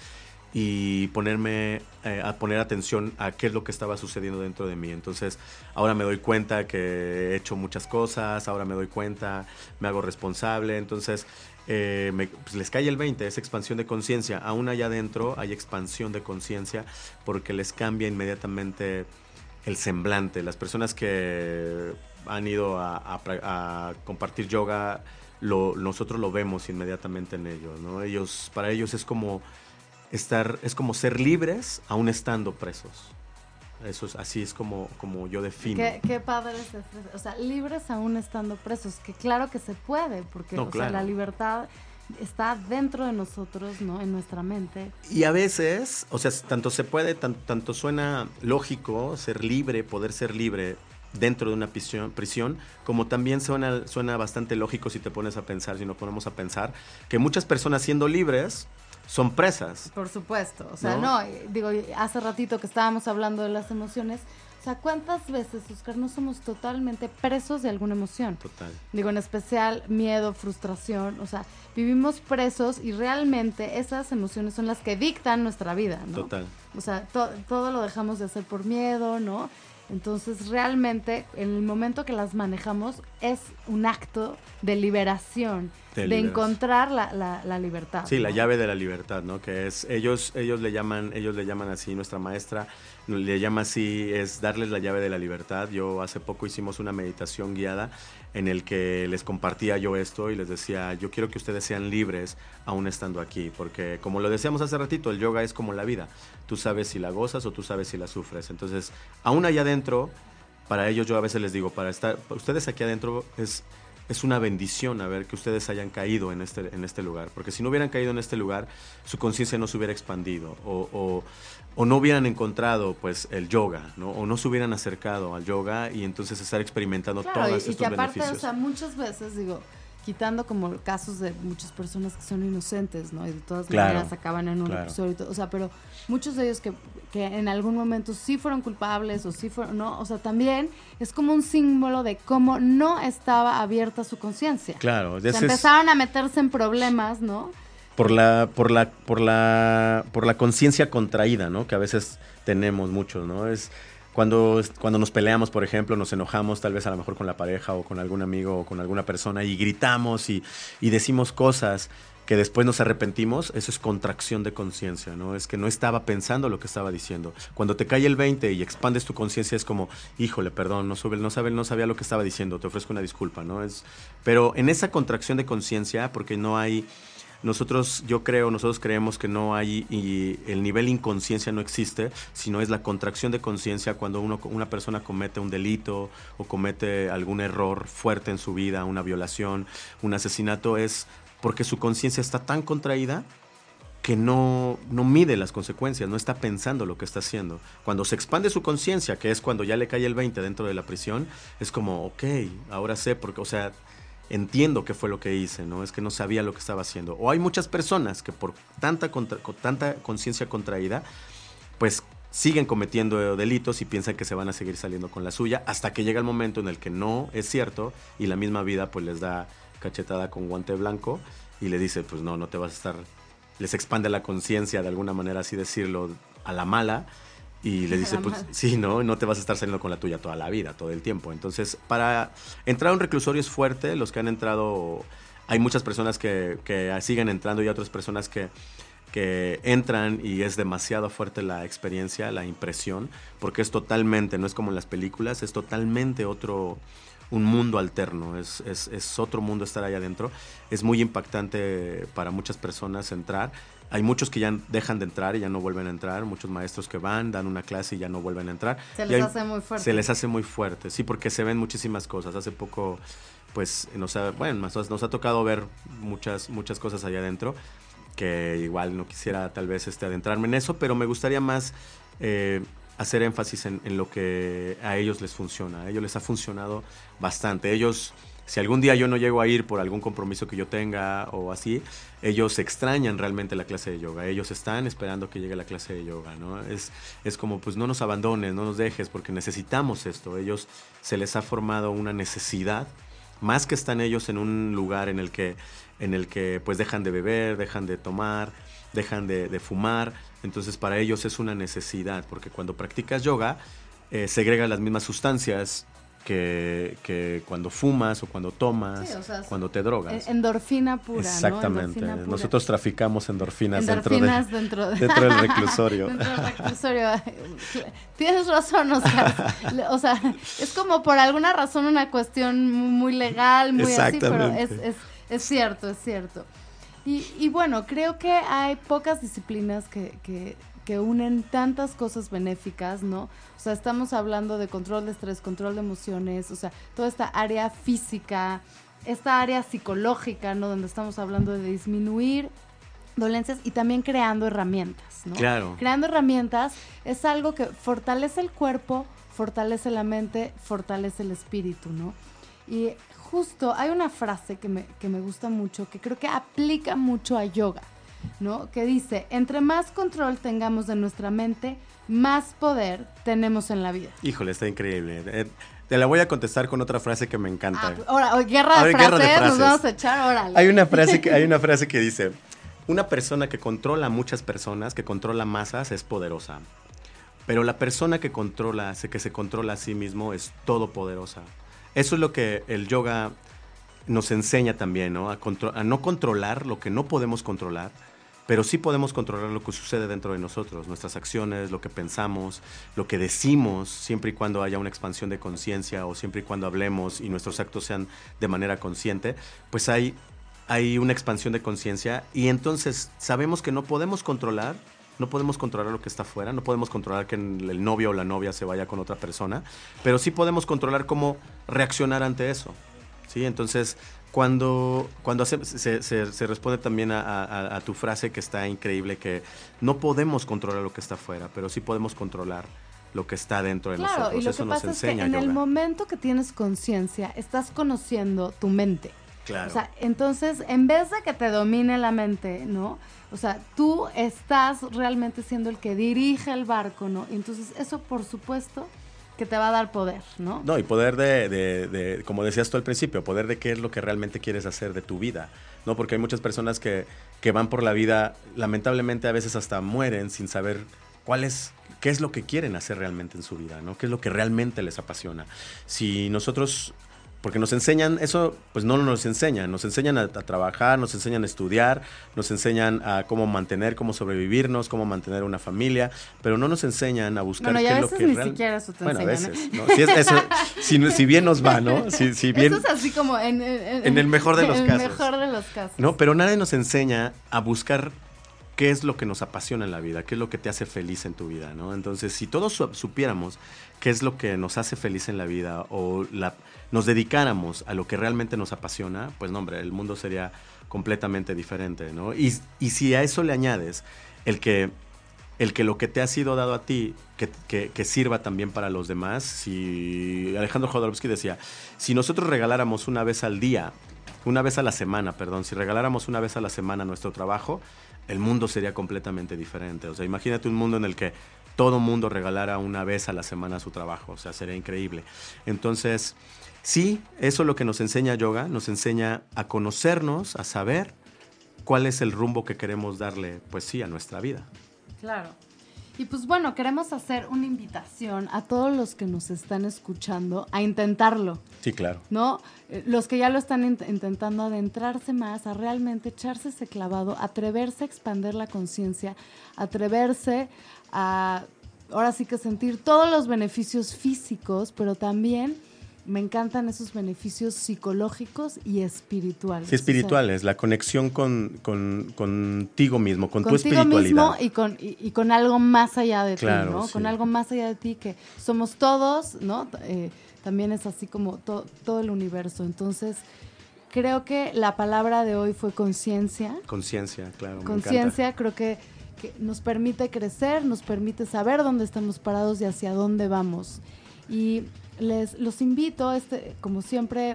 y ponerme eh, a poner atención a qué es lo que estaba sucediendo dentro de mí. Entonces, ahora me doy cuenta que he hecho muchas cosas, ahora me doy cuenta, me hago responsable. Entonces, eh, me, pues les cae el veinte, es expansión de conciencia. Aún allá adentro hay expansión de conciencia porque les cambia inmediatamente el semblante. Las personas que han ido a, a, a compartir yoga lo, nosotros lo vemos inmediatamente en ellos, ¿no? Ellos, para ellos es como estar, es como ser libres aún estando presos. Eso es, así es como, como yo defino. Qué, qué padre es eso. O sea, libres aún estando presos, que claro que se puede, porque no, o claro. sea, la libertad está dentro de nosotros, ¿no? En nuestra mente. Y a veces, o sea, tanto se puede, tan, tanto suena lógico ser libre, poder ser libre dentro de una prisión, prisión como también suena, suena bastante lógico si te pones a pensar, si nos ponemos a pensar, que muchas personas siendo libres son presas. Por supuesto. O sea, ¿no? no, digo, hace ratito que estábamos hablando de las emociones, o sea, ¿cuántas veces, Oscar, no somos totalmente presos de alguna emoción? Total. Digo, en especial miedo, frustración, o sea, vivimos presos y realmente esas emociones son las que dictan nuestra vida, ¿no? Total. O sea, to- todo lo dejamos de hacer por miedo, ¿no? Entonces, realmente, en el momento que las manejamos, es un acto de liberación, De de, liberación. encontrar la, la, la libertad. Sí, ¿no? la llave de la libertad, ¿no? Que es, ellos, ellos le llaman, ellos le llaman así, nuestra maestra le llama así, es darles la llave de la libertad. Yo hace poco hicimos una meditación guiada en el que les compartía yo esto y les decía, yo quiero que ustedes sean libres aún estando aquí, porque como lo decíamos hace ratito, el yoga es como la vida. Tú sabes si la gozas o tú sabes si la sufres. Entonces, aún allá adentro, para ellos yo a veces les digo, para estar, para ustedes aquí adentro es... Es una bendición a ver que ustedes hayan caído en este, en este lugar, porque si no hubieran caído en este lugar, su conciencia no se hubiera expandido o, o, o no hubieran encontrado pues el yoga, ¿no? O no se hubieran acercado al yoga y entonces estar experimentando Claro, todos y, estos y que aparte, beneficios. o sea, muchas veces, digo, quitando como casos de muchas personas que son inocentes, ¿no? Y de todas Claro, maneras acaban en un claro. reclusorio y todo, o sea, pero muchos de ellos que, que en algún momento sí fueron culpables o sí fueron, ¿no? O sea, también es como un símbolo de cómo no estaba abierta su conciencia. Claro, O sea, ese es empezaron a meterse en problemas, ¿no? por la, por la, por la, por la conciencia contraída, ¿no? Que a veces tenemos muchos, ¿no? Es Cuando, cuando nos peleamos, por ejemplo, nos enojamos tal vez a lo mejor con la pareja o con algún amigo o con alguna persona y gritamos y, y decimos cosas que después nos arrepentimos, eso es contracción de conciencia, ¿no? Es que no estaba pensando lo que estaba diciendo. Cuando te cae el veinte y expandes tu conciencia es como, híjole, perdón, no, sube, no, sabe, no sabía lo que estaba diciendo, te ofrezco una disculpa, ¿no? Es, pero en esa contracción de conciencia, porque no hay... Nosotros, yo creo, nosotros creemos que no hay, y el nivel inconsciencia no existe, sino es la contracción de conciencia cuando uno, una persona comete un delito o comete algún error fuerte en su vida, una violación, un asesinato, es porque su conciencia está tan contraída que no, no mide las consecuencias, no está pensando lo que está haciendo. Cuando se expande su conciencia, que es cuando ya le cae el veinte dentro de la prisión, es como, ok, ahora sé, porque, o sea, entiendo qué fue lo que hice, ¿no? Es que no sabía lo que estaba haciendo. O hay muchas personas que por tanta, contra, con tanta conciencia contraída, pues siguen cometiendo delitos y piensan que se van a seguir saliendo con la suya, hasta que llega el momento en el que no es cierto y la misma vida pues les da cachetada con guante blanco y le dice, pues no, no te vas a estar... Les expande la conciencia, de alguna manera así decirlo, a la mala, y le dice, pues sí, no, no te vas a estar saliendo con la tuya toda la vida, todo el tiempo. Entonces, para entrar a un reclusorio es fuerte. Los que han entrado, hay muchas personas que, que siguen entrando y otras personas que, que entran y es demasiado fuerte la experiencia, la impresión, porque es totalmente, no es como en las películas, es totalmente otro... un mundo alterno, es, es, es otro mundo estar ahí adentro. Es muy impactante para muchas personas entrar. Hay muchos que ya dejan de entrar y ya no vuelven a entrar, muchos maestros que van, dan una clase y ya no vuelven a entrar. Se Y les hay, hace muy fuerte. Se les hace muy fuerte, sí, porque se ven muchísimas cosas. Hace poco, pues, nos ha, bueno, nos, nos ha tocado ver muchas, muchas cosas allá adentro, que igual no quisiera tal vez este, adentrarme en eso, pero me gustaría más... Eh, hacer énfasis en, en lo que a ellos les funciona. A ellos les ha funcionado bastante. Ellos, si algún día yo no llego a ir por algún compromiso que yo tenga o así, ellos extrañan realmente la clase de yoga. Ellos están esperando que llegue la clase de yoga, ¿no? Es, es como, pues no nos abandones, no nos dejes, porque necesitamos esto. Ellos se les ha formado una necesidad, más que están ellos en un lugar en el que, en el que pues dejan de beber, dejan de tomar, dejan de, de fumar. Entonces para ellos es una necesidad, porque cuando practicas yoga eh, segregas las mismas sustancias que, que cuando fumas o cuando tomas, sí, o sea, cuando te drogas. Endorfina pura. Exactamente. ¿No? Endorfina pura. Nosotros traficamos endorfinas, endorfinas dentro, de, dentro, de, dentro del reclusorio. Dentro del reclusorio. Tienes razón, Oscar. O sea, es como por alguna razón una cuestión muy legal, muy así, pero es... es Es cierto, es cierto. Y, y bueno, creo que hay pocas disciplinas que, que, que unen tantas cosas benéficas, ¿no? O sea, estamos hablando de control de estrés, control de emociones, o sea, toda esta área física, esta área psicológica, ¿no? Donde estamos hablando de disminuir dolencias y también creando herramientas, ¿no? Claro. Creando herramientas es algo que fortalece el cuerpo, fortalece la mente, fortalece el espíritu, ¿no? Y justo hay una frase que me, que me gusta mucho, que creo que aplica mucho a yoga, ¿no? Que dice, entre más control tengamos de nuestra mente, más poder tenemos en la vida. Híjole, está increíble. Eh, te la voy a contestar con otra frase que me encanta. Ah, ahora, oh, guerra, de Ahora, frases, guerra de frases, nos vamos a echar, órale. Hay una frase que, hay una frase que dice, una persona que controla a muchas personas, que controla masas, es poderosa. Pero la persona que controla, que se controla a sí mismo, es todopoderosa. Eso es lo que el yoga nos enseña también, ¿no? A, contro- a no controlar lo que no podemos controlar, pero sí podemos controlar lo que sucede dentro de nosotros, nuestras acciones, lo que pensamos, lo que decimos, siempre y cuando haya una expansión de conciencia o siempre y cuando hablemos y nuestros actos sean de manera consciente, pues hay, hay una expansión de conciencia y entonces sabemos que no podemos controlar, no podemos controlar lo que está afuera, no podemos controlar que el novio o la novia se vaya con otra persona, pero sí podemos controlar cómo reaccionar ante eso, ¿sí? Entonces, Cuando, cuando hace, se, se, se responde también a, a, a tu frase que está increíble, que no podemos controlar lo que está afuera, pero sí podemos controlar lo que está dentro de claro, nosotros. Y lo Eso que nos pasa enseña es que en yoga. el momento que tienes conciencia, estás conociendo tu mente. Claro. O sea, entonces, en vez de que te domine la mente, ¿no? O sea, tú estás realmente siendo el que dirige el barco, ¿no? Entonces, eso, por supuesto, que te va a dar poder, ¿no? No, y poder de, de, de, como decías tú al principio, poder de qué es lo que realmente quieres hacer de tu vida, ¿no? Porque hay muchas personas que, que van por la vida, lamentablemente a veces hasta mueren sin saber cuál es, qué es lo que quieren hacer realmente en su vida, ¿no? Qué es lo que realmente les apasiona. Si nosotros... Porque nos enseñan, eso pues no nos enseñan, nos enseñan a, a trabajar, nos enseñan a estudiar, nos enseñan a cómo mantener, cómo sobrevivirnos, cómo mantener una familia, pero no nos enseñan a buscar bueno, qué es lo que ni real... siquiera eso te bueno, enseñan, a veces, ¿eh? ¿no? Si, es, eso, si, si bien nos va, ¿no? Si, si bien... Eso es así como en, en, en el mejor de los en casos. el mejor de los casos. No, pero nadie nos enseña a buscar qué es lo que nos apasiona en la vida, qué es lo que te hace feliz en tu vida, ¿no? Entonces, si todos supiéramos qué es lo que nos hace feliz en la vida o la, nos dedicáramos a lo que realmente nos apasiona, pues no, hombre, el mundo sería completamente diferente, ¿no? Y, y si a eso le añades el que, el que lo que te ha sido dado a ti, que, que, que sirva también para los demás, si Alejandro Jodorowsky decía, si nosotros regaláramos una vez al día, una vez a la semana, perdón, si regaláramos una vez a la semana nuestro trabajo, el mundo sería completamente diferente. O sea, imagínate un mundo en el que todo mundo regalara una vez a la semana su trabajo. O sea, sería increíble. Entonces, sí, eso es lo que nos enseña yoga. Nos enseña a conocernos, a saber cuál es el rumbo que queremos darle, pues sí, a nuestra vida. Claro. Y pues bueno, queremos hacer una invitación a todos los que nos están escuchando a intentarlo. Sí, claro. ¿No? Eh, los que ya lo están int- intentando adentrarse más, a realmente echarse ese clavado, atreverse a expandir la conciencia, atreverse a, ahora sí que sentir todos los beneficios físicos, pero también me encantan esos beneficios psicológicos y espirituales. Sí, espirituales, o sea, la conexión con, con, contigo mismo, con tu contigo espiritualidad. Mismo y con y, y con algo más allá de Claro, ti, ¿no? sí. Con algo más allá de ti, que somos todos, ¿no? Eh, también es así como to, todo el universo. Entonces, creo que la palabra de hoy fue conciencia. Conciencia, claro. Conciencia, creo que, que nos permite crecer, nos permite saber dónde estamos parados y hacia dónde vamos. Y les los invito, este, como siempre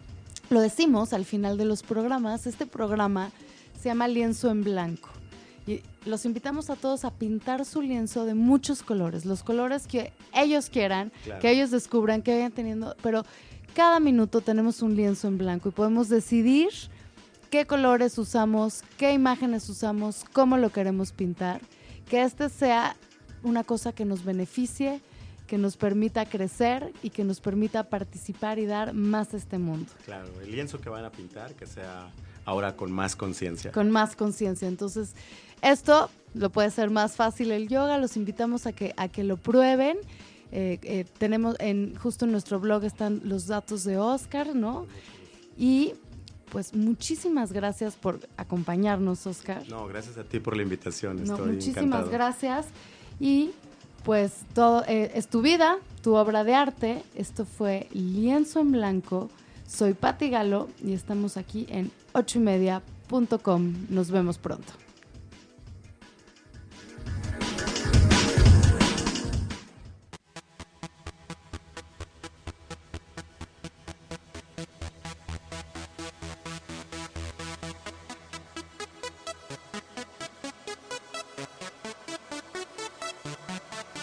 lo decimos al final de los programas, este programa se llama Lienzo en Blanco. Y los invitamos a todos a pintar su lienzo de muchos colores, los colores que ellos quieran, claro, que ellos descubran, que vayan teniendo, pero cada minuto tenemos un lienzo en blanco y podemos decidir qué colores usamos, qué imágenes usamos, cómo lo queremos pintar, que este sea una cosa que nos beneficie, que nos permita crecer y que nos permita participar y dar más a este mundo. Claro, el lienzo que van a pintar, que sea ahora con más conciencia. Con más conciencia. Entonces, esto lo puede ser más fácil el yoga. Los invitamos a que, a que lo prueben. Eh, eh, tenemos en justo en nuestro blog están los datos de Oscar, ¿no? Y pues muchísimas gracias por acompañarnos, Oscar. No, gracias a ti por la invitación. No, Estoy muchísimas encantado. gracias. Y pues todo eh, es tu vida, tu obra de arte. Esto fue Lienzo en Blanco. Soy Pati Galo y estamos aquí en ocho y media punto com. Nos vemos pronto.